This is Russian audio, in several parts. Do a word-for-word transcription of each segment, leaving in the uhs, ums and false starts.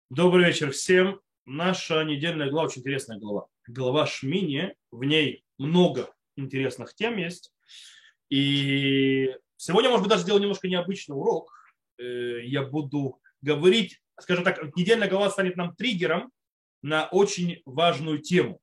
Добрый вечер всем. Наша недельная глава очень интересная глава. Глава Шмини. В ней много интересных тем есть. И сегодня, может быть, даже сделаю немножко необычный урок. Э, Я буду говорить, скажем так, недельная глава станет нам триггером на очень важную тему.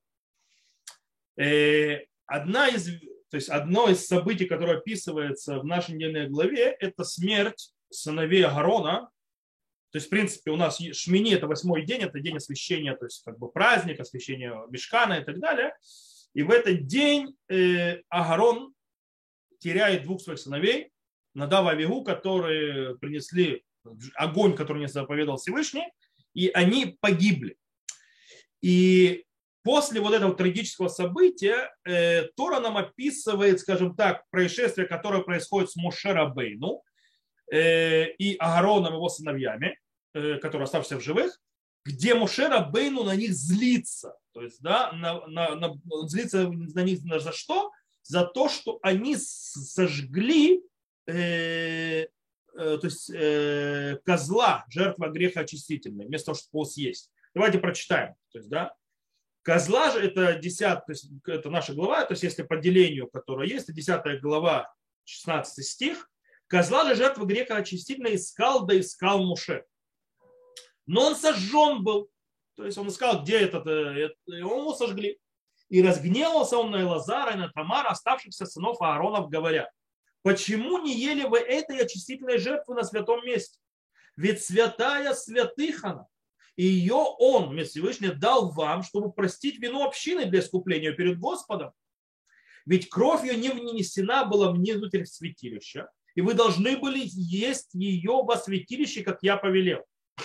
Э, Одна из, то есть одно из событий, которое описывается в нашей недельной главе, это смерть сыновей Аарона. То есть, в принципе, у нас Шмини – это восьмой день, это день освящения, то есть как бы праздник, освящения Мишкана и так далее. И в этот день э, Аарон теряет двух своих сыновей, Надава и Авигу, которые принесли огонь, который не заповедал Всевышний, и они погибли. И после вот этого трагического события э, Тора нам описывает, скажем так, происшествие, которое происходит с Моше Рабейну, и Аароном, его сыновьями, которые оставшиеся в живых, где Моше Рабейну на них злится. То есть, да, на, на, на, злится на них за что? За то, что они сожгли э, э, то есть, э, козла, жертва греха очистительной, вместо того, чтобы его съесть. Давайте прочитаем. То есть, да, козла же это десятая, то есть, это наша глава, то есть если по делению, которое есть, это десятая глава, шестнадцатый стих. Козла же жертвы греха очистительно искал, да искал Моше. Но он сожжен был. То есть он искал, где этот, и он его сожгли. И разгневался он на Элазара и на Тамара, оставшихся сынов Ааронов, говоря: почему не ели вы этой очистительной жертвы на святом месте? Ведь святая святых она. И ее он, Всевышний, дал вам, чтобы простить вину общины для искупления перед Господом. Ведь кровь ее не внесена была внутрь святилища, и вы должны были есть ее во святилище, как я повелел.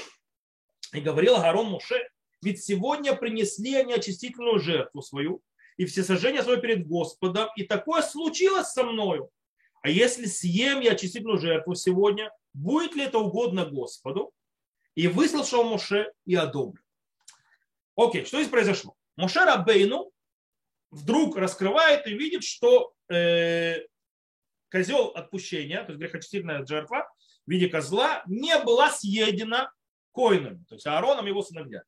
И говорил Аарон Моше: ведь сегодня принесли они очистительную жертву свою и всесожжение свое перед Господом, и такое случилось со мною. А если съем я очистительную жертву сегодня, будет ли это угодно Господу? И выслушал Моше и одобрил. Окей, что здесь произошло? Моше Рабейну вдруг раскрывает и видит, что э, козел отпущения, то есть грехочистительная жертва в виде козла, не была съедена коинами, то есть Аароном и его сыновьями.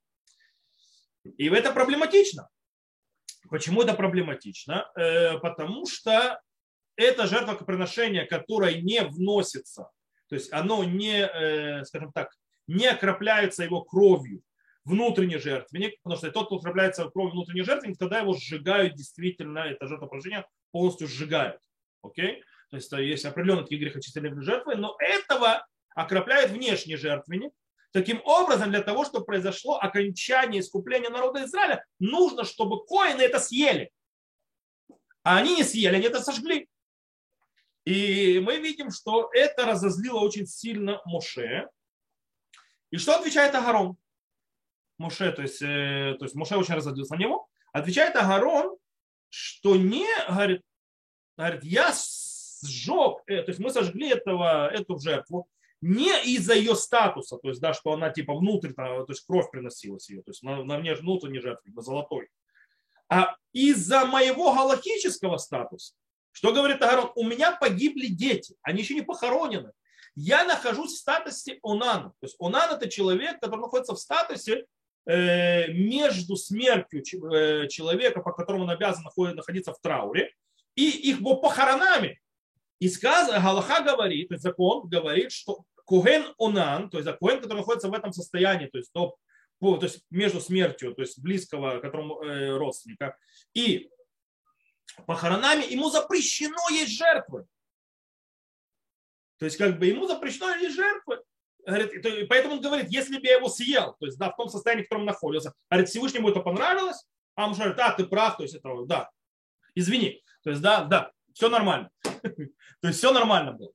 И это проблематично. Почему это проблематично? Э, потому что это жертвоприношение, которое не вносится, то есть оно не, э, скажем так, не окропляется его кровью внутренний жертвенник, потому что тот, кто окропляется кровью внутренний жертвенник, тогда его сжигают действительно, это жертвоприношение полностью сжигают. Окей? То есть есть определенные такие грехочистительные жертвы, но этого окропляет внешний жертвенник. Таким образом, для того, чтобы произошло окончание искупления народа Израиля, нужно, чтобы коины это съели. А они не съели, они это сожгли. И мы видим, что это разозлило очень сильно Моше. И что отвечает Аарон? Моше, то есть, э, то есть Моше очень разозлился на него. Отвечает Аарон, что не, говорит, говорит я сжег, э, то есть мы сожгли этого, эту жертву не из-за ее статуса, то есть, да, что она типа внутрь, то есть кровь приносилась ее, то есть на, на внутренней жертве, золотой, а из-за моего галахического статуса. Что говорит Аарон? У меня погибли дети, они еще не похоронены. Я нахожусь в статусе Онана. То есть Онан – это человек, который находится в статусе э, между смертью э, человека, по которому он обязан находиться в трауре, и их похоронами. И сказано, Галаха говорит, то есть закон говорит, что Коген Онан, то есть Коген, который находится в этом состоянии, то есть, то, то есть между смертью, то есть близкого которому, э, родственника, и похоронами, ему запрещено есть жертвы. То есть, как бы ему запрещено есть жертвы. Говорит, поэтому он говорит, если бы я его съел, то есть, да, в том состоянии, в котором он находится, говорит, Всевышнему это понравилось, а он говорит, да, ты прав, то есть, это, да, извини. То есть, да, да, все нормально. То есть, все нормально было.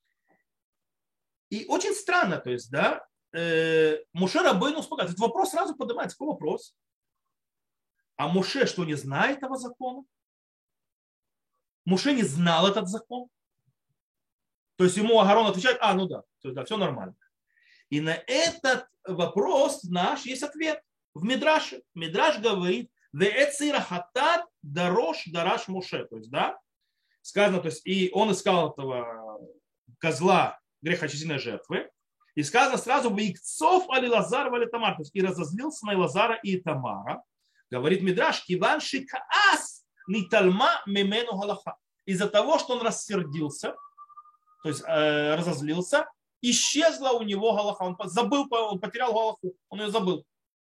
И очень странно, то есть, да, Моше Рабейну успокаивает. Этот вопрос сразу поднимается. Какой вопрос? А Моше что, не знает этого закона? Моше не знал этот закон? То есть ему Аарон отвечает, а, ну да, то есть, да, все нормально. И на этот вопрос наш есть ответ в Мидраше. Мидраш говорит, веэцирахатат дарош дараш Моше. То есть, да, сказано, то есть, и он искал этого козла грехочистительной жертвы, И сказано сразу, «Ваикцов али Лазар вали Тамар». То есть и разозлился на Лазара и Тамара. Говорит Мидраш, «Киван шикаас нитальма мемену галаха». Из-за того, что он рассердился, то есть э, разозлился, исчезла у него галаха. Он забыл, он потерял галаху, он ее забыл.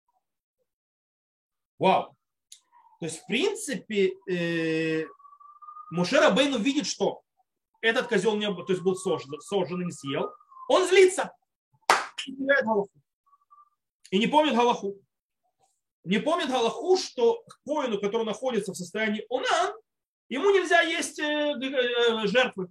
Вау. То есть, в принципе, э, Моше Рабейну видит, что этот козел не был, то есть был сожжен, сожжен и не съел. Он злится и теряет галаху. И не помнит галаху. Не помнит галаху, что воину, который находится в состоянии онан, ему нельзя есть жертвы.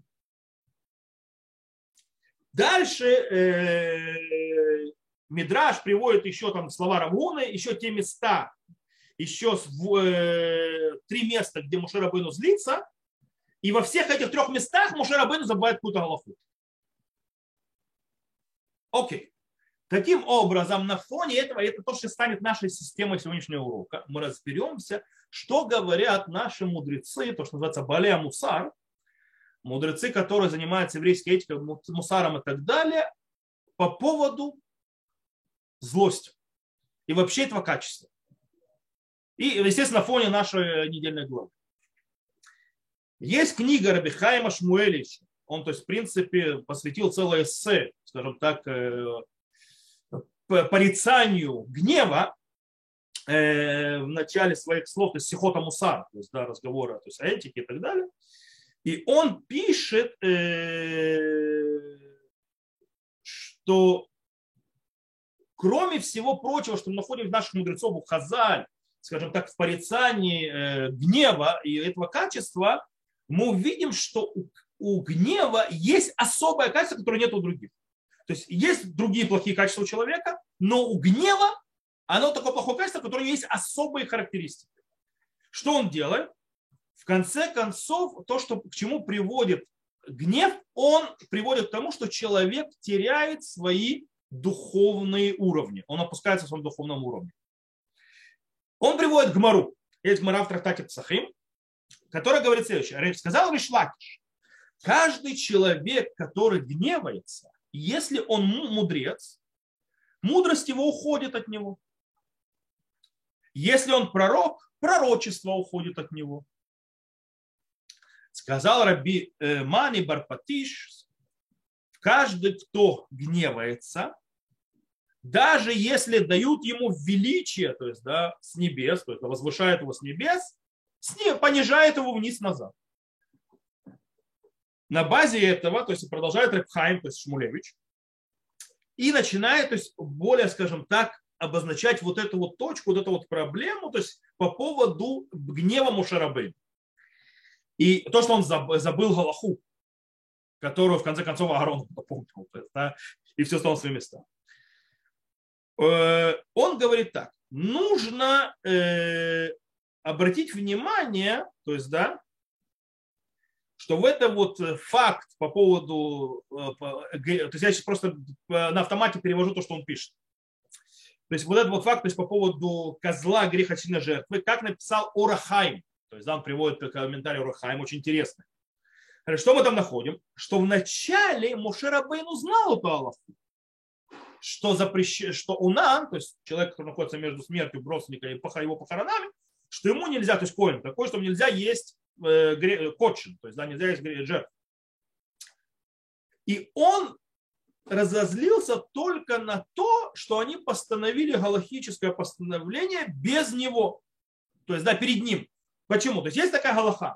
Дальше э, Мидраш приводит еще там слова Равгуны, еще те места, еще э, три места, где Моше Рабейну злится. И во всех этих трех местах Моше Рабейну забывает какую-то галаху. Окей. Таким образом, на фоне этого, это то, что станет нашей системой сегодняшнего урока, мы разберемся, что говорят наши мудрецы, то, что называется Балея Мусар, мудрецы, которые занимаются еврейской этикой, мусаром и так далее, по поводу злости и вообще этого качества. И, естественно, на фоне нашей недельной главы. Есть книга Раби Хаима Шмуэлича. Он, то есть, в принципе, посвятил целое эссе, скажем так, порицанию гнева в начале своих слов, то есть сихота мусар, то есть да, разговора, то есть о этике и так далее. И он пишет, что кроме всего прочего, что мы находим в наших мудрецов у Хазаль, скажем так, в порицании гнева и этого качества, мы увидим, что у гнева есть особое качество, которое нет у других. То есть есть другие плохие качества у человека, но у гнева оно такое плохое качество, которое есть особые характеристики. Что он делает? В конце концов, то, что, к чему приводит гнев, он приводит к тому, что человек теряет свои духовные уровни. Он опускается в своем духовном уровне. Он приводит Гмару. Есть Гмара в трактате Псахим, которая говорит следующее. Сказал Риш Лакиш, каждый человек, который гневается, если он мудрец, мудрость его уходит от него. Если он пророк, пророчество уходит от него. Сказал Раби Мани Барпатиш, каждый, кто гневается, даже если дают ему величие, то есть да, с небес, то есть возвышает его с небес, с ним понижает его вниз-назад. На базе этого, то есть продолжает Реб Хаим, то есть Шмулевич, и начинает, то есть более, скажем так, обозначать вот эту вот точку, вот эту вот проблему, то есть по поводу гнева Моше Рабейну. И то, что он забыл галаху, которую в конце концов Аарон напомнил, да, и все стало на свои места. Он говорит так, нужно обратить внимание, то есть, да, что в это вот факт по поводу, то есть я сейчас просто на автомате перевожу то, что он пишет. То есть вот этот вот факт, то есть по поводу козла грехочинной жертвы, как написал Ор ха-Хаим, то есть да, он приводит комментарий Ор ха-Хаим, очень интересный. Что мы там находим? Что вначале Моше Рабейну знал эту алаху, что, запрещ... что унан, то есть человек, который находится между смертью родственника и его похоронами, что ему нельзя, то есть коин такой, что нельзя есть кочин, то есть да, нельзя есть жертв. И он разозлился только на то, что они постановили галахическое постановление без него, то есть да, перед ним. Почему? То есть есть такая галаха,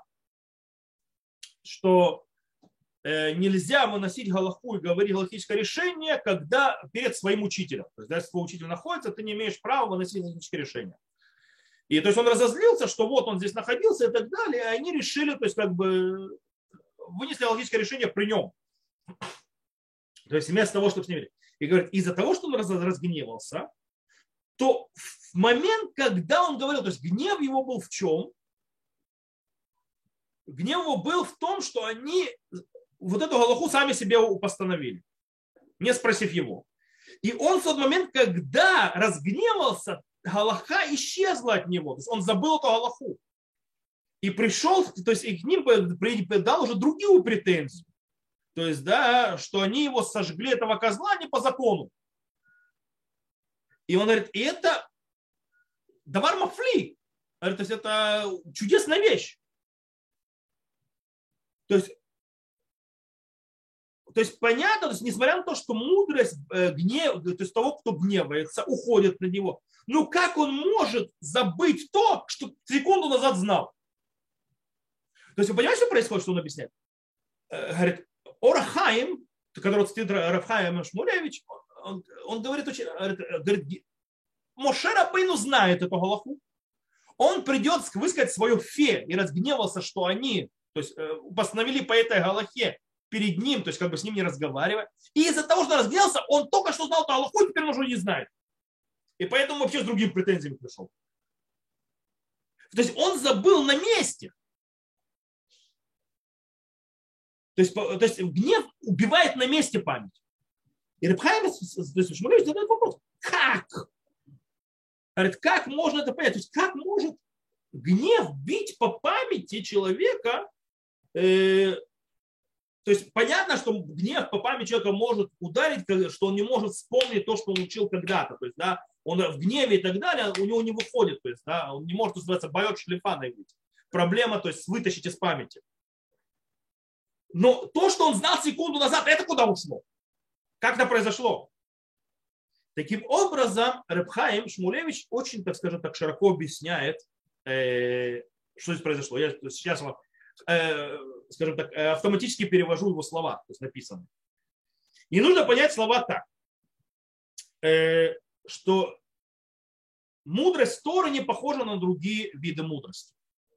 что э, нельзя выносить галаху и говорить галахическое решение, когда перед своим учителем. То есть, да, если твой учитель находится, ты не имеешь права выносить галахическое решение. И то есть он разозлился, что вот он здесь находился и так далее, и они решили, то есть как бы вынесли галахическое решение при нем. То есть вместо того, чтобы с ним... И говорит, из-за того, что он разгневался, то в момент, когда он говорил, то есть гнев его был в чем? Гнев его был в том, что они вот эту галаху сами себе постановили, не спросив его. И он в тот момент, когда разгневался, галаха исчезла от него. То есть он забыл эту галаху. И пришел, то есть и к ним дал уже другую претензию. То есть, да, что они его сожгли, этого козла, не по закону. И он говорит, и это давар мафли. То есть это чудесная вещь. То есть, то есть понятно, то есть, несмотря на то, что мудрость гнев, то есть того, кто гневается, уходит на него. Ну как он может забыть то, что секунду назад знал? То есть вы понимаете, что происходит, что он объясняет? Говорит, Орахаим, который цитирует Рафхаим Шмулевич, он, он говорит, очень, говорит, Моше Рабейну знает эту галаху, он придет высказать свое фе и разгневался, что они, то есть постановили по этой галахе перед ним, то есть как бы с ним не разговаривая. И из-за того, что разгневался, он только что знал эту галаху, и теперь он уже не знает. И поэтому вообще с другими претензиями пришел. То есть он забыл на месте. То есть, то есть гнев убивает на месте память. И Реб Хаим, то есть Шмулевич задает вопрос, как? Говорит, как можно это понять? То есть как может гнев бить по памяти человека? Э, то есть понятно, что гнев по памяти человека может ударить, что он не может вспомнить то, что он учил когда-то. То есть, да, он в гневе и так далее, у него не выходит. То есть, да, он не может, называется, боек шлифаной быть. Проблема, то есть вытащить из памяти. Но то, что он знал секунду назад, это куда ушло? Как это произошло? Таким образом, Реб Хаим Шмулевич очень, так скажем так, широко объясняет, э, что здесь произошло. Я сейчас вам, э, скажем так, автоматически перевожу его слова, то есть написанные. И нужно понять слова так, э, что мудрость Торы не похожа на другие виды мудрости.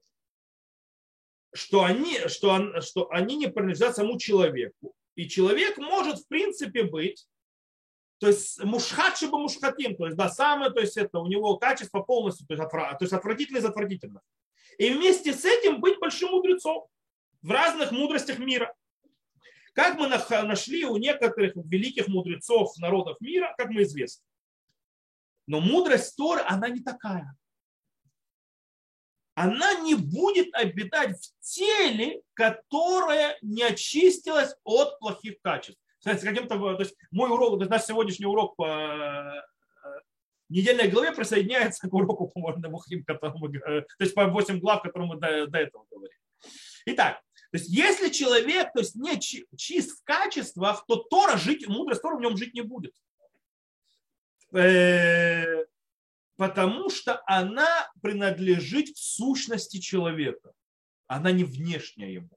Что они, что, что они не принадлежат самому человеку. И человек может, в принципе, быть, то есть мушхат шиба мушхатим, то есть, да, самое, то есть это у него качество полностью, то есть, отвра, то есть отвратительное из отвратительных. И вместе с этим быть большим мудрецом в разных мудростях мира. Как мы нашли у некоторых великих мудрецов народов мира, как мы известны. Но мудрость Торы, она не такая. Она не будет обитать в теле, которое не очистилось от плохих качеств. Кстати, каким-то, то есть мой урок, то есть наш сегодняшний урок по недельной главе присоединяется к уроку по Мухим, которому, то есть по восемь глав, которому мы до, до этого говорили. Итак, то есть если человек, то есть не чист в качествах, то Тора жить, мудрость Тора в нем жить не будет. Потому что она принадлежит к сущности человека. Она не внешняя ему.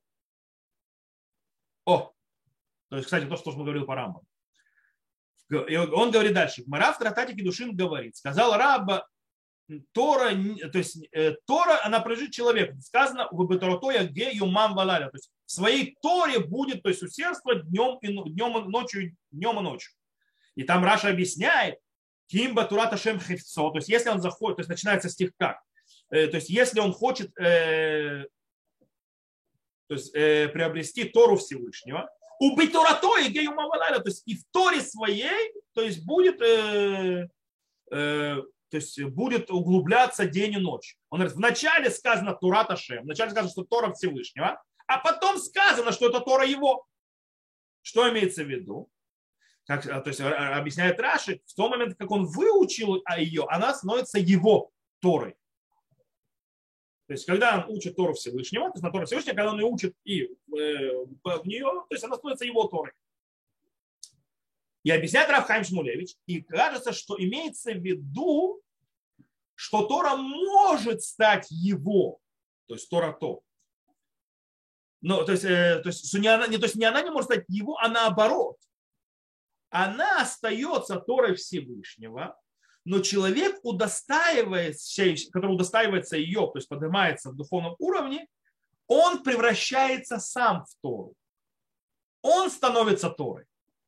О, то есть, кстати, то, что мы говорили по Рамбаму. И он говорит дальше. Мара в Тратате Кидушин говорит, сказал Раба, Тора, то есть Тора, она принадлежит человеку. Сказано в Бетаротоя ге юмам валаля. То есть в своей Торе будет, то есть усердство днем и, днем и ночью, днем и ночью. И там Раша объясняет, Кимба Турата Шем Хевцо, то есть если он заходит, то есть начинается стих как? То есть если он хочет э, то есть, э, приобрести Тору Всевышнего, убить Торато и Гею Мавалайла, то есть и в Торе своей, то есть будет, э, э, то есть будет углубляться день и ночь. Он говорит, вначале сказано Турата Шем, вначале сказано, что Тора Всевышнего, а потом сказано, что это Тора его. Что имеется в виду? Как, то есть объясняет Раши, в тот момент, как он выучил ее, она становится его Торой. То есть, когда он учит Тору Всевышнего, то есть на Тору Всевышнего, когда он ее учит и э, в нее, то есть она становится его Торой. И объясняет Рав Хаим Шмулевич, и кажется, что имеется в виду, что Тора может стать его, то есть Тора то. Но, то есть, э, то есть, не она, не, то есть не она не может стать его, а наоборот. Она остается Торой Всевышнего, но человек, удостаивается, который удостаивается ее, то есть поднимается в духовном уровне, он превращается сам в Тору. Он становится Торой.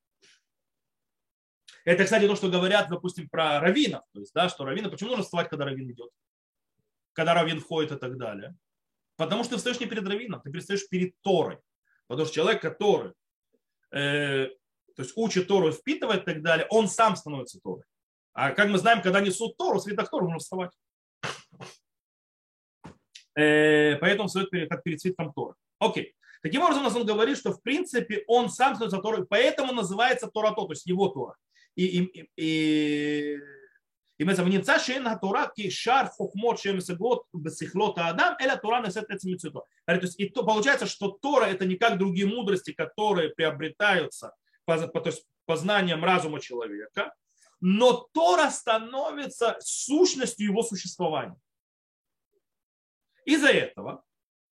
Это, кстати, то, что говорят, допустим, про раввинов. То есть, да, что раввины, почему нужно вставать, когда раввин идет? Когда раввин входит и так далее. Потому что ты встаешь не перед раввином, ты предстаешь перед Торой. Потому что человек, который э, то есть учит Тору, впитывает и так далее, он сам становится Торой. А как мы знаем, когда несут Тору, в свиток Тору нужно вставать. Э, поэтому встает как перед свитком Торы. Окей. Таким образом, он говорит, что в принципе он сам становится Торой, поэтому называется Торато, то есть его Тора. И, и, и, и мы замнится шейна Тора ки шар хохмот шем сегот бесихлота адам эля Тора несет этим цветом. То есть и то, получается, что Тора это не как другие мудрости, которые приобретаются по, по, то есть познанием разума человека, но Тора становится сущностью его существования. Из-за этого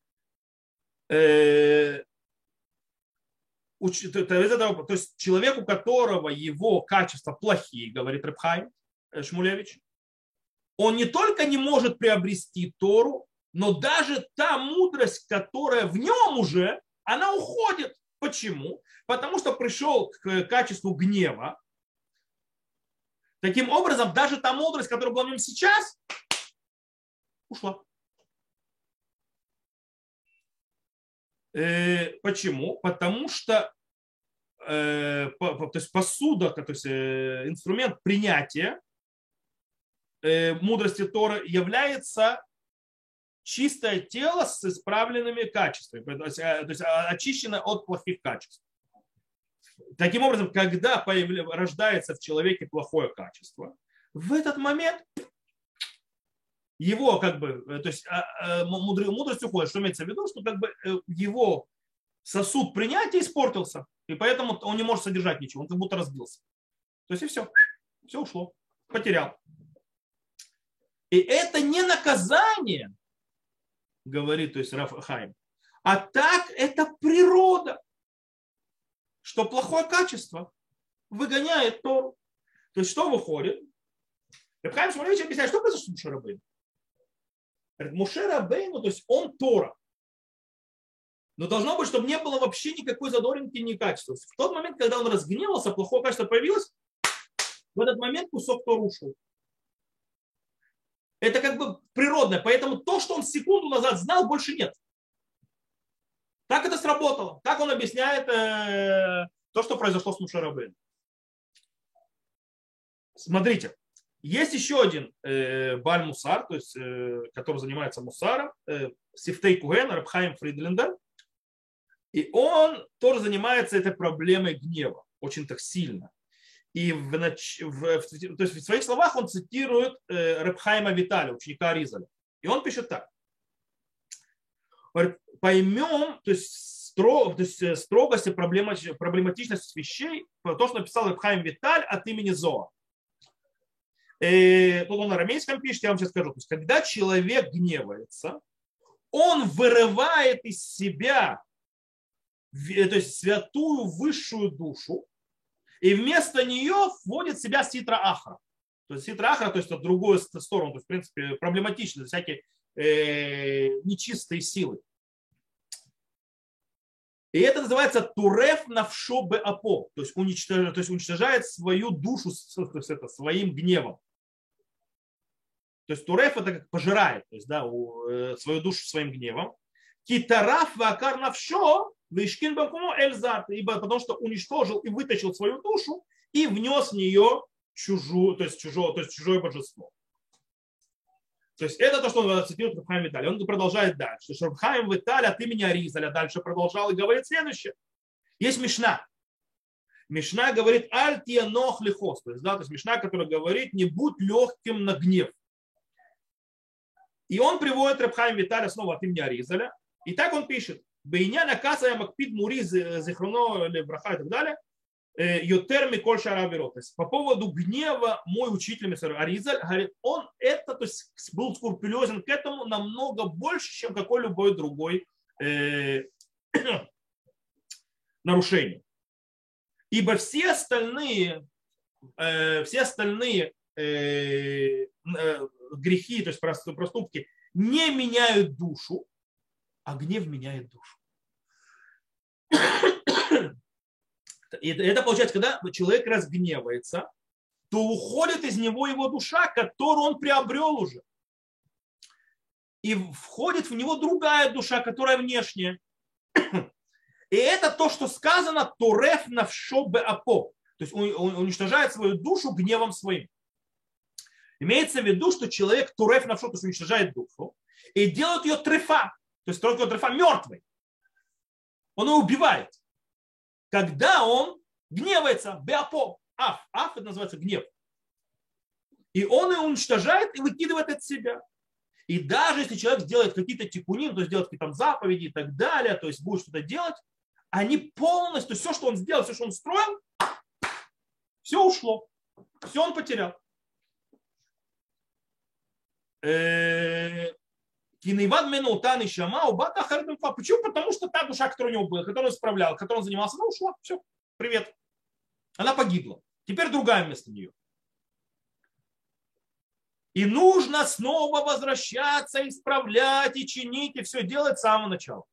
э, то есть человек, у которого его качества плохие, говорит Реб Хаим Шмулевич, он не только не может приобрести Тору, но даже та мудрость, которая в нем уже, она уходит. Почему? Потому что пришел к качеству гнева. Таким образом, даже та мудрость, которая была в нем сейчас, ушла. Почему? Потому что э, по, по, то есть посуда, то есть э, инструмент принятия э, мудрости Торы является чистое тело с исправленными качествами, то есть, то есть очищенное от плохих качеств. Таким образом, когда появля... рождается в человеке плохое качество, в этот момент его как бы, то есть мудрость уходит. Что имеется в виду? Что как бы его сосуд принятия испортился, и поэтому он не может содержать ничего, он как будто разбился. То есть и все, все ушло, потерял. И это не наказание, говорит, то есть Рав Хаим, а так это природа, что плохое качество выгоняет Тору. То есть что выходит? Рав Хаим Шмулевич объясняет, что произошло с Моше Рабейну. Моше Рабейну, то есть он Тора. Но должно быть, чтобы не было вообще никакой задоринки, ни качества. В тот момент, когда он разгневался, плохое качество появилось, в этот момент кусок Торы ушел. Это как бы природное. Поэтому то, что он секунду назад знал, больше нет. Так это сработало. Так он объясняет э, то, что произошло с Моше Рабейну. Смотрите. Есть еще один э, Баль Мусар, то есть, э, который занимается мусаром, э, Сифтей Куген, Реб Хаим Фридлендер. И он тоже занимается этой проблемой гнева, очень так сильно. И в, нач... в, в, то есть в своих словах он цитирует э, Реб Хаима Виталя, ученика Аризаля. И он пишет так. Поймем, то есть, стро... то есть строгость и проблематичность вещей, то, что написал Реб Хаим Виталь от имени Зоа. И тут он на арамейском пишет, я вам сейчас скажу. То есть, когда человек гневается, он вырывает из себя то есть, святую высшую душу, и вместо нее вводит в себя ситра ахра. То есть ситра ахра, то есть от другую сторону, то есть, в принципе, проблематично, всякие э, нечистые силы. И это называется туреф навшо беапо, то есть, уничтожает, то есть уничтожает свою душу то есть это, своим гневом. То есть туреф это как пожирает, то есть, да, свою душу своим гневом. Китараф вакар навшо вишкин бакумо эльзат, ибо потому что уничтожил и вытащил свою душу и внес в нее чужую, то есть чужое, то есть чужое божество. То есть это то, что он цитирует Реб Хаим Виталь. Он продолжает дальше. Реб Хаим Виталь от имени Аризаля дальше продолжал и говорит следующее. Есть Мишна. Мишна говорит альтия нох лихос. То есть, да, то есть Мишна, которая говорит не будь легким на гнев. И он приводит Реб Хаим Виталя снова от имени Аризаля. И так он пишет. Бейня наказая макпид мури зихроно левраха и так далее. Йотер миколь шара верот. По поводу гнева мой учитель мистер Аризаль говорит, он это, то есть был скрупулезен к этому намного больше, чем какой-либо другой э, нарушение. Ибо все остальные, э, все остальные э, э, грехи, то есть проступки, не меняют душу, а гнев меняет душу. И это получается, когда человек разгневается, то уходит из него его душа, которую он приобрел уже. И входит в него другая душа, которая внешняя. И это то, что сказано «Туреф навшо беапо». То есть он уничтожает свою душу гневом своим. Имеется в виду, что человек «Туреф навшо», то есть уничтожает душу, и делает ее трефа, то есть только трефа мертвой. Он его убивает. Когда он гневается, беапо, аф, аф это называется гнев. И он его уничтожает и выкидывает от себя. И даже если человек сделает какие-то тикуним, то есть делает какие-то там заповеди и так далее, то есть будет что-то делать, они полностью, все, что он сделал, все, что он строил, все ушло. Все он потерял. Кинейвад менутан и шама убата ахаритам. Почему? Потому что та душа, которая у него была, которую он справлял, которой он занимался, она ушла. Все, привет. Она погибла. Теперь другая вместо нее. И нужно снова возвращаться, исправлять и чинить, и все делать с самого начала.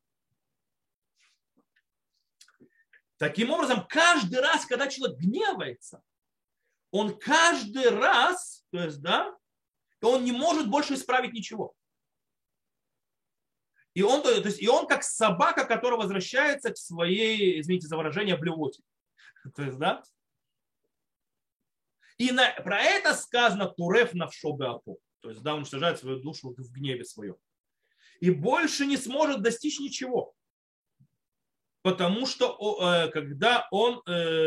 Таким образом, каждый раз, когда человек гневается, он каждый раз, то есть, да, он не может больше исправить ничего. И он, то есть, и он как собака, которая возвращается к своей, извините за выражение, блевоте. То есть, да? И на, про это сказано туреф навшо беапо. То есть, да, уничтожает свою душу в гневе своем. И больше не сможет достичь ничего. Потому что когда он...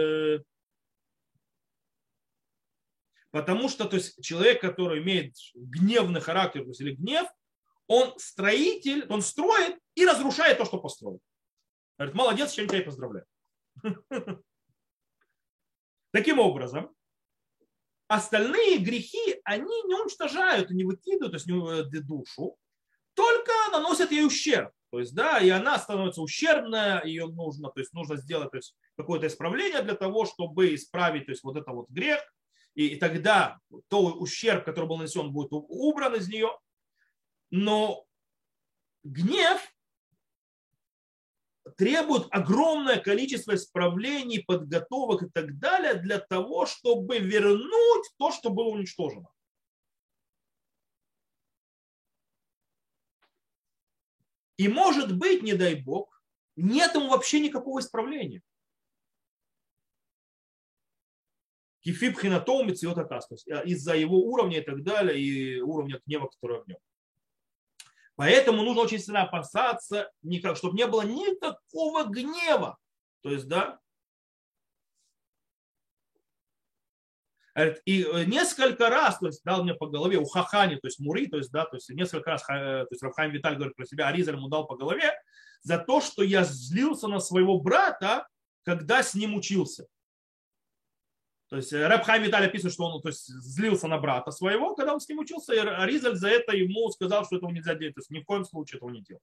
Потому что то есть, человек, который имеет гневный характер, то есть, или гнев, он строитель, он строит и разрушает то, что построил. Говорит, молодец, чем тебя и поздравляю. Таким образом, остальные грехи, они не уничтожают, не выкидывают, то есть душу, только наносят ей ущерб. То есть, да, и она становится ущербная, ее нужно, то есть нужно сделать то есть, какое-то исправление для того, чтобы исправить то есть, вот это вот грех. И, и тогда то ущерб, который был нанесен, будет убран из нее. Но гнев требует огромное количество исправлений, подготовок и так далее для того, чтобы вернуть то, что было уничтожено. И может быть, не дай Бог, нет ему вообще никакого исправления. Кифиб хинатом и циотакас, из-за его уровня и так далее, и уровня гнева, который в нем. Поэтому нужно очень сильно опасаться, чтобы не было никакого гнева. То есть, да. И несколько раз, то есть, дал мне по голове у Хахани, то есть Мури, то есть, да, то есть несколько раз, то есть Рабхайм Виталь говорит про себя, Аризаль ему дал по голове за то, что я злился на своего брата, когда с ним учился. То есть Раб Хайм Виталь описывает, что он то есть, злился на брата своего, когда он с ним учился, и Аризаль за это ему сказал, что этого нельзя делать. То есть ни в коем случае этого не делать.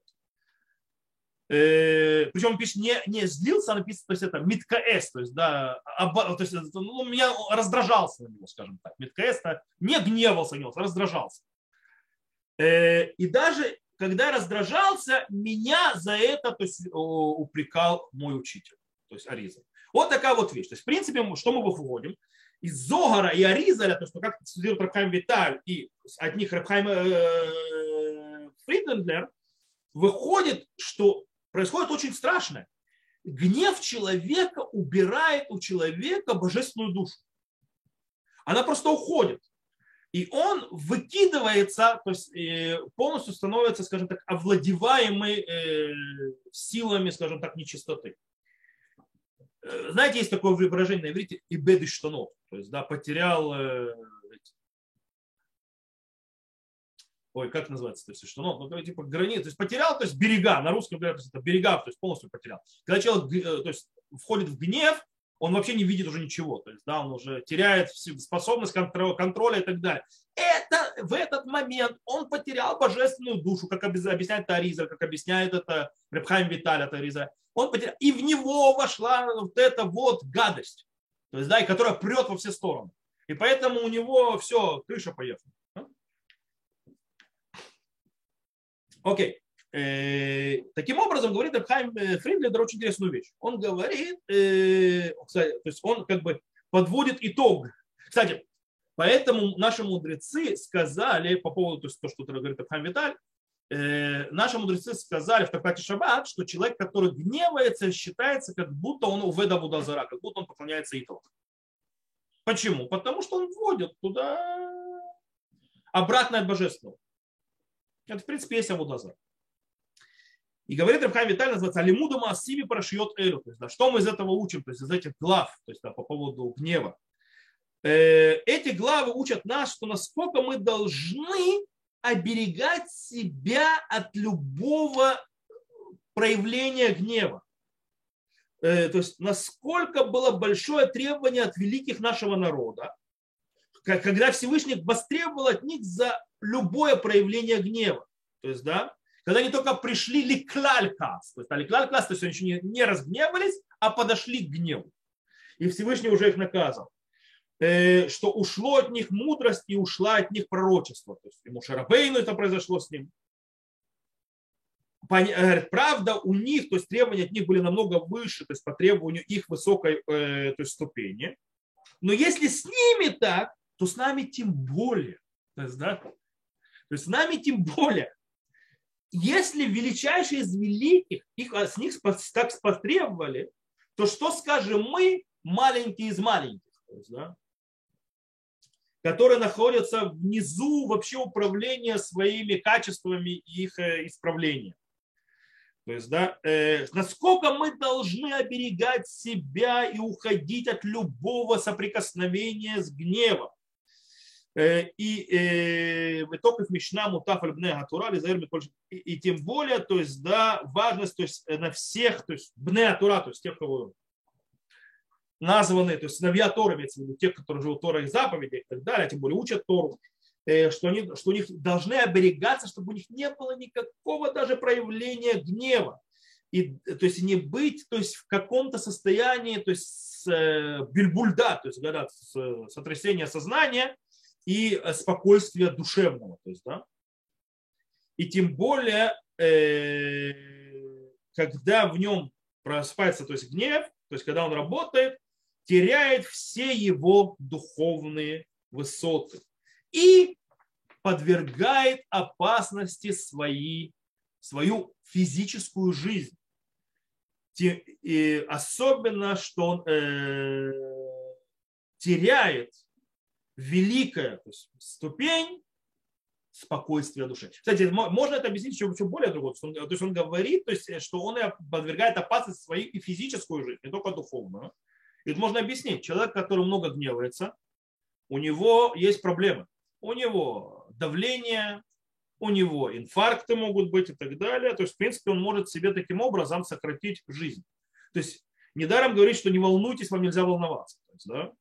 Э, причем он пишет, не, не злился, а написано, то есть это миткаэс, то есть, да, оба, то есть, ну, меня раздражался на него, скажем так. Миткаэс не гневался на него, раздражался. Э, и даже когда раздражался, меня за это то есть, упрекал мой учитель, то есть Аризаль. Вот такая вот вещь. То есть, в принципе, что мы выходим из Зогара и Аризаля, то, что как цитирует Рабхайм Виталь и от них Рабхайм Фридендлер, выходит, что происходит очень страшное. Гнев человека убирает у человека божественную душу. Она просто уходит. И он выкидывается, то есть полностью становится, скажем так, овладеваемый силами, скажем так, нечистоты. Знаете, есть такое выражение на иврите «ибед иштанот», то есть, да, потерял, э, ой, как называется, то есть, иштанот, ну, типа границы, то есть, потерял, то есть, берега, на русском говорят, то есть, это берега, то есть, полностью потерял. Когда человек, то есть, входит в гнев, он вообще не видит уже ничего, то есть, да, он уже теряет способность контроля и так далее. Это, в этот момент он потерял божественную душу, как объясняет Аризаль, как объясняет это Раб Хайм Виталь, это Аризаль. Он потерял, и в него вошла вот эта вот гадость, то есть, да, и которая прет во все стороны. И поэтому у него все, крыша поехала. Окей. Э, таким образом, говорит Рабхайм Фриндлер очень интересную вещь. Он говорит, э, кстати, то есть он как бы подводит итог. Кстати, поэтому наши мудрецы сказали по поводу, то есть то, что говорит Рабхайм Виталь, э, наши мудрецы сказали в Трактате Шаббат, что человек, который гневается, считается, как будто он уведа вудазара, как будто он поклоняется идолам. Почему? Потому что он вводит туда обратное от божественного. Это, в принципе, есть авудазар. И говорит Рабхайм Виталь, называется «Алимуду маасиви парашиот элю». То есть, да, что мы из этого учим, то есть из этих глав, то есть да, по поводу гнева. Э, эти главы учат нас, что насколько мы должны оберегать себя от любого проявления гнева. Э, то есть насколько было большое требование от великих нашего народа, когда Всевышний востребовал от них за любое проявление гнева. То есть, да, когда они только пришли ликлалькас, то есть ликлалькас, то есть они еще не, не разгневались, а подошли к гневу. И Всевышний уже их наказал, э, что ушло от них мудрость и ушла от них пророчество. То есть ему Шарабейну это произошло с ним. Правда, у них, то есть требования от них были намного выше, то есть по требованию их высокой э, то есть, ступени. Но если с ними так, то с нами тем более. То есть, да? То есть с нами тем более. Если величайшие из великих их, с них так потребовали, то что скажем мы, маленькие из маленьких, то есть, да, которые находятся внизу вообще управления своими качествами и их исправления. То есть, да, э, насколько мы должны оберегать себя и уходить от любого соприкосновения с гневом. Э, и э, в итоге Мишна Мутаф аль-Бне Гатура, и, и тем более, то есть, да, важность, то есть, на всех, то есть, Бне Гатура, то есть, тех, кого названы, то есть, сыновья Торы, имеется в виду, тех, которые живут Торой и заповедей и так далее, тем более учат Тору, что, они, что у них должны оберегаться, чтобы у них не было никакого даже проявления гнева. И, то есть не быть то есть, в каком-то состоянии, то есть с, э, бельбульда, то есть говорят, с, сотрясения сознания и спокойствия душевного. То есть, да? И тем более, э, когда в нем просыпается то есть, гнев, то есть когда он работает, теряет все его духовные высоты. И подвергает опасности свои, свою физическую жизнь. И особенно, что он э, теряет великая то есть, ступень спокойствия души. Кстати, можно это объяснить еще, еще более другого. То есть он говорит, то есть, что он подвергает опасности свою и физическую жизнь, не только духовную. И это можно объяснить. Человек, который много гневается, у него есть проблемы. У него давление, у него инфаркты могут быть и так далее. То есть, в принципе, он может себе таким образом сократить жизнь. То есть, недаром говорить, что не волнуйтесь, вам нельзя волноваться. То есть, да?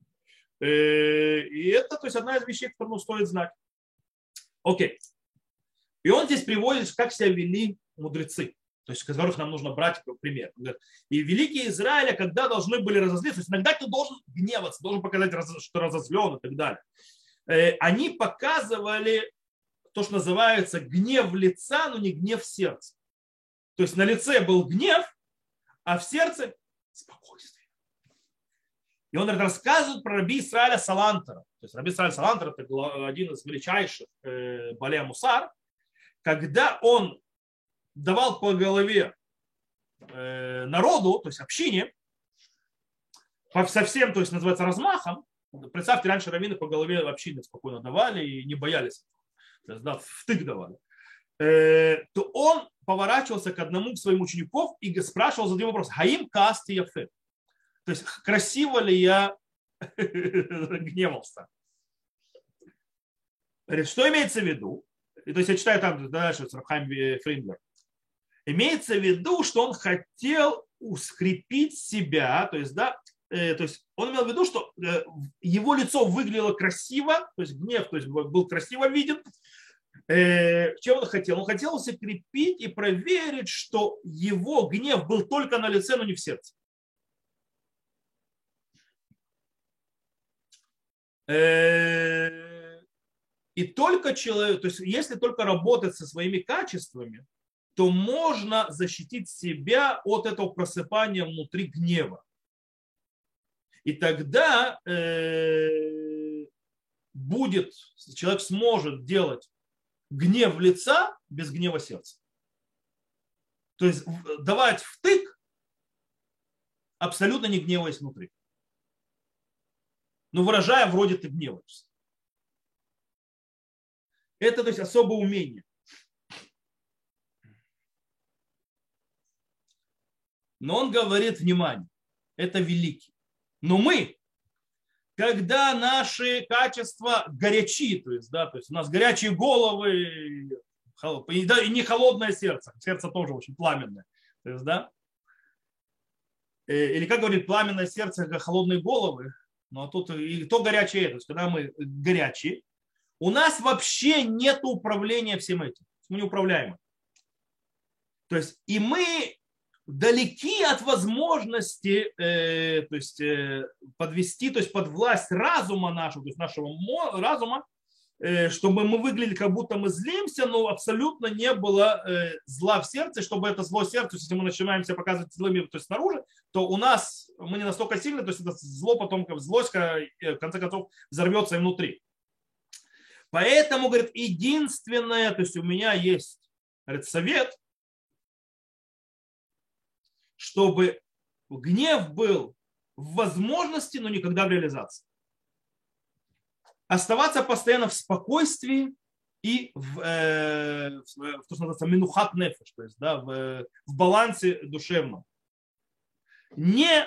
И это то есть, одна из вещей, которую стоит знать. Окей. И он здесь приводит, как себя вели мудрецы. То есть, которых нам нужно брать как пример. И великие Израиля, когда должны были разозлиться, то есть иногда ты должен гневаться, должен показать, что разозлен и так далее. Они показывали то, что называется гнев лица, но не гнев сердца. То есть на лице был гнев, а в сердце спокойствие. И он рассказывает про раби Исраиля Салантера. То есть раби Исраиль Салантер – это один из величайших балея мусар, когда он давал по голове народу, то есть общине, совсем, то есть называется размахом. Представьте, раньше раввины по голове общины спокойно давали и не боялись. То есть, да, втык давали. Э, то он поворачивался к одному из своих учеников и спрашивал, задал вопрос: «Хаим касти яфе?» То есть, красиво ли я гневался? Что имеется в виду? То есть я читаю там дальше Рабхайм Фриндлер. Имеется в виду, что он хотел ускрепить себя, то есть, да, э, то есть он имел в виду, что э, его лицо выглядело красиво, то есть гнев то есть, был красиво виден. Э, чем он хотел? Он хотел укрепить и проверить, что его гнев был только на лице, но не в сердце. Э, и только человек, то есть если только работать со своими качествами, то можно защитить себя от этого просыпания внутри гнева. И тогда э, будет, человек сможет делать гнев лица без гнева сердца. То есть давать втык, абсолютно не гневаясь внутри. Но выражая вроде ты гневаешься. Это то есть особое умение. Но он говорит, внимание, это великий. Но мы, когда наши качества горячи, то есть, да, то есть у нас горячие головы, и не холодное сердце, сердце тоже очень пламенное, то есть, да, или как говорит, пламенное сердце, холодные головы, но тут и то горячее, то есть когда мы горячие, у нас вообще нет управления всем этим, мы не управляемы. То есть и мы далеки от возможности э, то есть, э, подвести, то есть под власть разума нашего, то есть нашего разума, э, чтобы мы выглядели, как будто мы злимся, но абсолютно не было э, зла в сердце, чтобы это зло сердце, если мы начинаем себя показывать злыми, то есть снаружи, то у нас мы не настолько сильны, то есть это зло потом, как злость, в конце концов, взорвется и внутри. Поэтому, говорит, единственное, то есть у меня есть, говорит, совет, чтобы гнев был в возможности, но никогда в реализации. Оставаться постоянно в спокойствии и в, э, в то, что называется минухат нефеш, то есть да, в, в балансе душевном. Не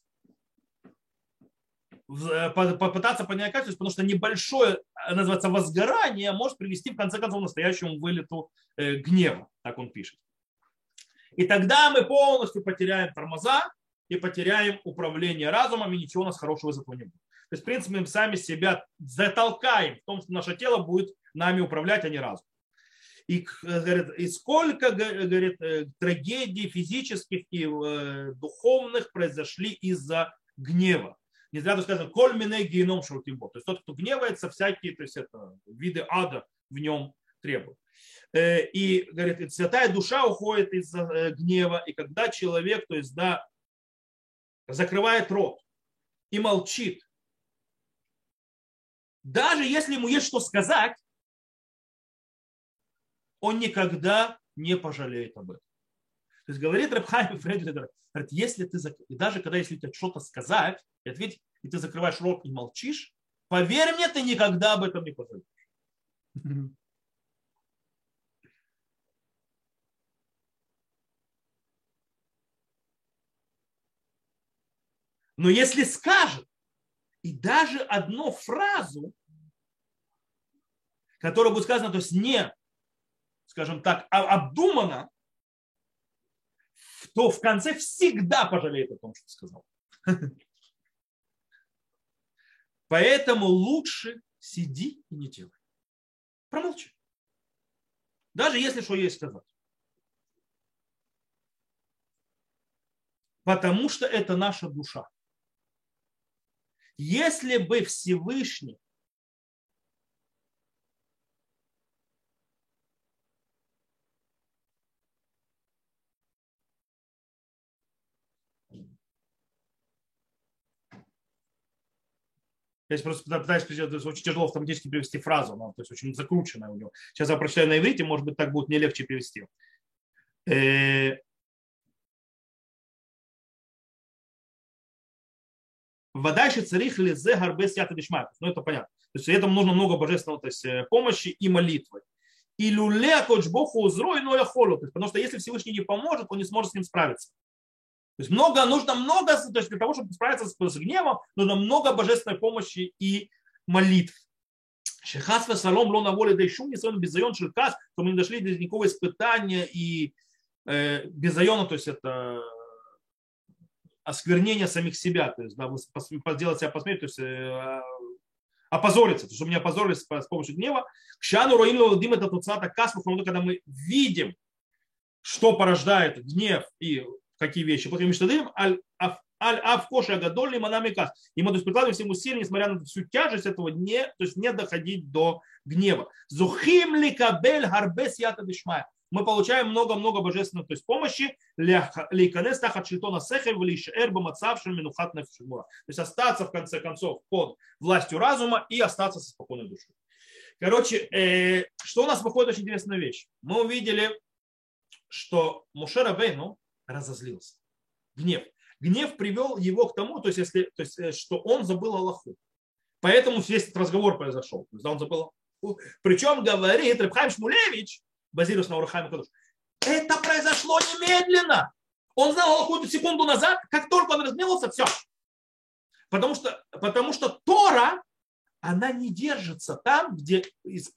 попытаться поднять качество, потому что небольшое, называется, возгорание может привести в конце концов к настоящему вылету э, гнева, так он пишет. И тогда мы полностью потеряем тормоза и потеряем управление разумом, и ничего у нас хорошего из этого не будет. То есть, в принципе, мы сами себя затолкаем в том, что наше тело будет нами управлять, а не разум. И, говорит, и сколько, говорит, трагедий физических и духовных произошли из-за гнева. Не зря тут сказано, коль миней геном шаутибо. То есть тот, кто гневается, всякие, то есть это виды ада в нем требуют. И, говорит, святая душа уходит из-за гнева, и когда человек, то есть, да, закрывает рот и молчит, даже если ему есть что сказать, он никогда не пожалеет об этом. То есть говорит Реб Хаим Фридлер, говорит, если ты, даже когда если тебе что-то сказать, и ответить, и ты закрываешь рот и молчишь, поверь мне, ты никогда об этом не пожалеешь. Но если скажет, и даже одну фразу, которая будет сказана, то есть не, скажем так, обдуманно, то в конце всегда пожалеет о том, что сказал. Поэтому лучше сиди и не делай. Промолчи. Даже если что есть сказать. Потому что это наша душа. Если бы Всевышний я просто пытаюсь, очень тяжело автоматически перевести фразу, но, то есть очень закрученная у него. Сейчас я прочитаю на иврите, может быть, так будет мне легче перевести. Вода еще царих лизе гарбе свято дешмат. Ну, это понятно. То есть этому нужно много божественной, то есть, помощи и молитвы. И люле кочбоху узрой, но я холю. Потому что если Всевышний не поможет, он не сможет с ним справиться. То есть много, нужно много, то есть для того, чтобы справиться с, с гневом, нужно много божественной помощи и молитв. Шехас весалом ло на воле да шум не своем безайон шелкас, что мы не дошли до никакого испытания и э, безайона, то есть это осквернение самих себя, то есть да, сделать себя посмерть, то есть э, опозориться, чтобы не опозорились с, с помощью гнева. К щану роину владим это тот сата касмов, когда мы видим, что порождает гнев и какие вещи. Потом мечтаем аль-авкоши агадольный манамикас. И мы то есть прикладываем всем усилия, несмотря на всю тяжесть этого, не, то есть не доходить до гнева. Зухим ли кабель гарбес ята дешмая. Мы получаем много-много божественной, то есть помощи, то есть остаться в конце концов под властью разума и остаться со спокойной душой. Короче, э, что у нас выходит очень интересная вещь. Мы увидели, что Моше Рабейну разозлился. Гнев. Гнев привел его к тому, то есть, если, то есть, что он забыл Аллаху. Поэтому весь этот разговор произошел. То есть, он забыл. Причем говорит Реб Хаим Шмулевич, базируясь на Орах Хаима Кадош, это произошло немедленно. Он знал какую-то секунду назад, как только он разгневался, все. Потому что, потому что Тора, она не держится там, где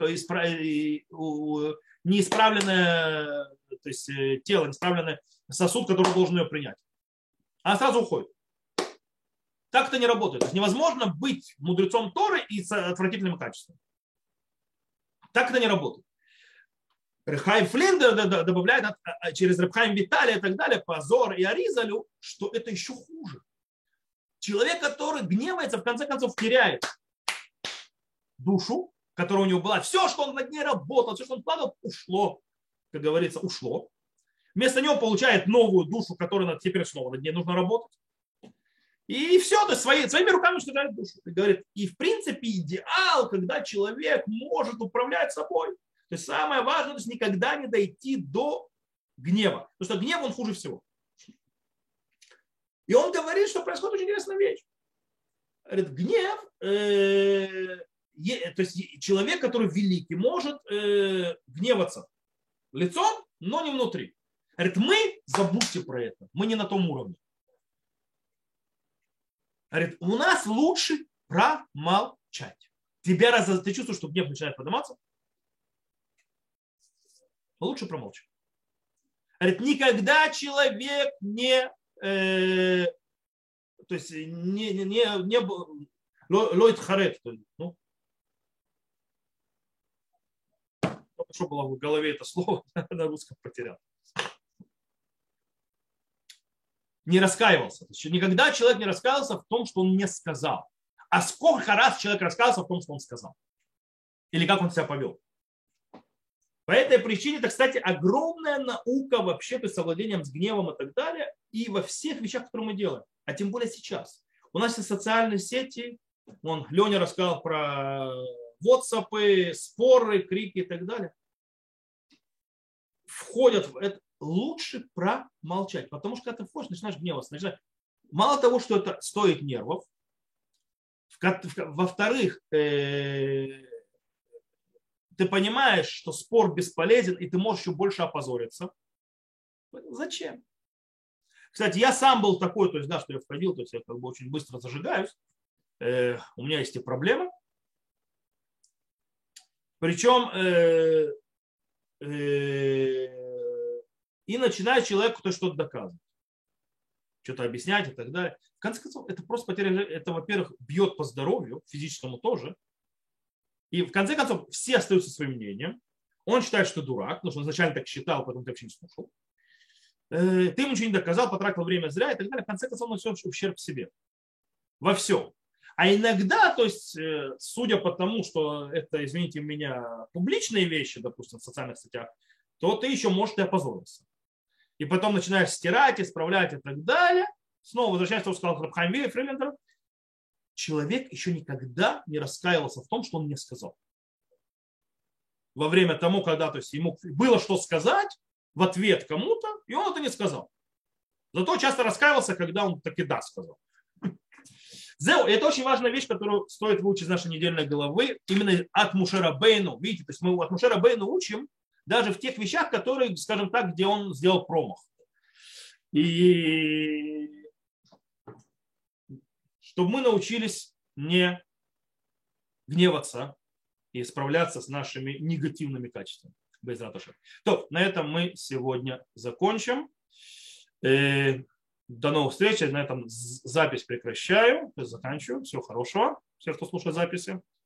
неисправленное, то есть тело, неисправленный сосуд, который должен ее принять. Она сразу уходит. Так это не работает. То есть невозможно быть мудрецом Торы и с отвратительным качеством. Так это не работает. Рехайм Флиндер добавляет через Ребхайм Виталия и так далее, по Зор и Аризалю, что это еще хуже. Человек, который гневается, в конце концов теряет душу, которая у него была. Все, что он над ней работал, все, что он вкладывал, ушло. Как говорится, ушло. Вместо него получает новую душу, которая теперь снова над ней нужно работать. И все, то есть свои, своими руками уничтожает душу. И говорит, и в принципе идеал, когда человек может управлять собой. То есть самое важное, то есть никогда не дойти до гнева. Потому что гнев, он хуже всего. И он говорит, что происходит очень интересная вещь. Говорит, гнев, э, е, то есть человек, который великий, может э, гневаться лицом, но не внутри. Говорит, мы, забудьте про это, мы не на том уровне. Говорит, у нас лучше промолчать. Тебя раз, ты чувствуешь, что гнев начинает подниматься? Лучше промолчать. Говорит, никогда человек не, э, то есть не, не, не, не лойт харет, ну, что было в голове это слово, на русском потерял. Не раскаивался. То есть никогда человек не раскаивался в том, что он не сказал. А сколько раз человек раскаивался в том, что он сказал? Или как он себя повел? По этой причине это, кстати, огромная наука вообще, то есть совладением с гневом и так далее, и во всех вещах, которые мы делаем, а тем более сейчас. У нас есть социальные сети, вон Леня рассказал про WhatsApp, споры, крики и так далее. Входят в это. Лучше промолчать, потому что когда ты входишь, начинаешь гневаться. Начинаешь... Мало того, что это стоит нервов, во-вторых, ты понимаешь, что спор бесполезен, и ты можешь еще больше опозориться. Зачем? Кстати, я сам был такой, то есть, да, что я входил, то есть я как бы очень быстро зажигаюсь. Э, у меня есть и проблемы. Причем э, э, и начинает человеку то что-то доказывать, что-то объяснять и так далее. В конце концов, это просто потеря, это, во-первых, бьет по здоровью, физическому тоже. И в конце концов, все остаются своим мнением. Он считает, что дурак, потому что он изначально так считал, потом ты вообще не слушал. Ты ему ничего не доказал, потратил время зря и так далее. В конце концов, он все ущерб себе. Во всем. А иногда, то есть, судя по тому, что это, извините меня, публичные вещи, допустим, в социальных сетях, то ты еще можешь и опозориться. И потом начинаешь стирать, исправлять и так далее. Снова возвращаясь к тому, что сказал Рабхайм Фрилендер, человек еще никогда не раскаивался в том, что он не сказал. Во время того, когда то есть, ему было что сказать в ответ кому-то, и он это не сказал. Зато часто раскаивался, когда он таки да сказал. Это очень важная вещь, которую стоит выучить из нашей недельной главы, именно от Моше Рабейну. Видите, то есть мы от Моше Рабейну учим даже в тех вещах, которые, скажем так, где он сделал промах. И чтобы мы научились не гневаться и справляться с нашими негативными качествами. Без ратуши. То, на этом мы сегодня закончим. До новых встреч. На этом запись прекращаю. Заканчиваю. Всего хорошего. Всем, кто слушает записи.